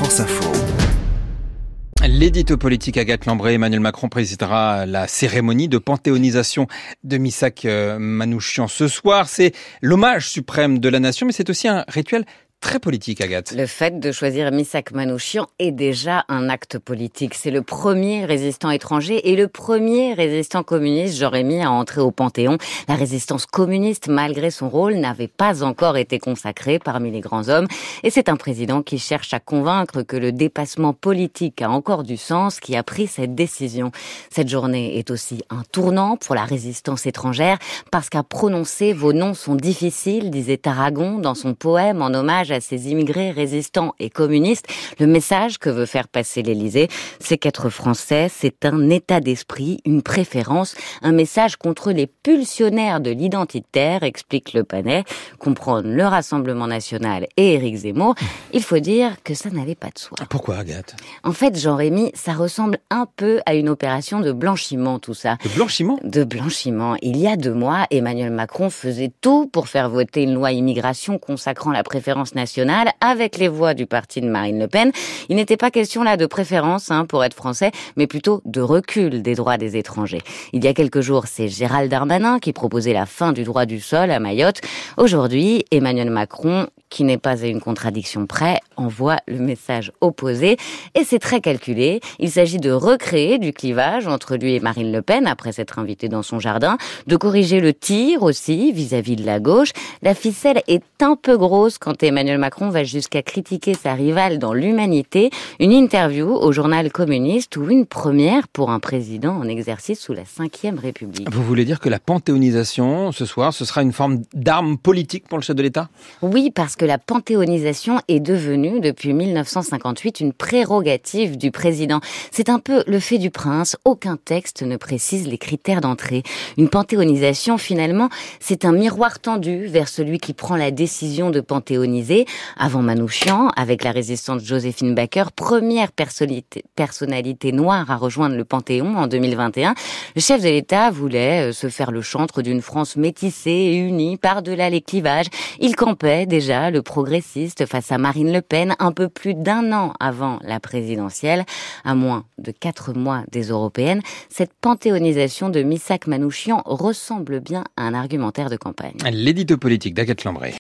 France Info. L'édito politique Agathe Lambré, Emmanuel Macron présidera la cérémonie de panthéonisation de Missak Manouchian ce soir. C'est l'hommage suprême de la nation, mais c'est aussi un rituel très politique, Agathe. Le fait de choisir Missak Manouchian est déjà un acte politique. C'est le premier résistant étranger et le premier résistant communiste, Jean-Rémy, à entrer au Panthéon. La résistance communiste, malgré son rôle, n'avait pas encore été consacrée parmi les grands hommes. Et c'est un président qui cherche à convaincre que le dépassement politique a encore du sens qui a pris cette décision. Cette journée est aussi un tournant pour la résistance étrangère parce qu'à prononcer vos noms sont difficiles, disait Aragon dans son poème en hommage à ces immigrés résistants et communistes. Le message que veut faire passer l'Élysée, c'est qu'être français, c'est un état d'esprit, une préférence, un message contre les pulsionnaires de l'identitaire, explique Le Panay. Comprendre le Rassemblement national et Éric Zemmour, il faut dire que ça n'allait pas de soi. Pourquoi, Agathe ? En fait, Jean-Rémy, ça ressemble un peu à une opération de blanchiment, tout ça. De blanchiment ? De blanchiment. Il y a 2 mois, Emmanuel Macron faisait tout pour faire voter une loi immigration consacrant la préférence nationale avec les voix du parti de Marine Le Pen. Il n'était pas question là de préférence pour être français, mais plutôt de recul des droits des étrangers. Il y a quelques jours, c'est Gérald Darmanin qui proposait la fin du droit du sol à Mayotte. Aujourd'hui, Emmanuel Macron, qui n'est pas à une contradiction près, envoie le message opposé. Et c'est très calculé. Il s'agit de recréer du clivage entre lui et Marine Le Pen, après s'être invité dans son jardin, de corriger le tir aussi vis-à-vis de la gauche. La ficelle est un peu grosse quand Emmanuel Macron va jusqu'à critiquer sa rivale dans l'Humanité. Une interview au journal communiste ou une première pour un président en exercice sous la Ve République. Vous voulez dire que la panthéonisation, ce soir, ce sera une forme d'arme politique pour le chef de l'État ? Oui, parce que la panthéonisation est devenue, depuis 1958, une prérogative du président. C'est un peu le fait du prince. Aucun texte ne précise les critères d'entrée. Une panthéonisation, finalement, c'est un miroir tendu vers celui qui prend la décision de panthéoniser. Avant Manouchian, avec la résistante Joséphine Baker, première personnalité noire à rejoindre le Panthéon en 2021, le chef de l'État voulait se faire le chantre d'une France métissée et unie par-delà les clivages. Il campait déjà le progressiste face à Marine Le Pen un peu plus d'1 an avant la présidentielle. À moins de 4 mois des européennes, cette panthéonisation de Missak Manouchian ressemble bien à un argumentaire de campagne. L'édito politique d'Agathe Lambré.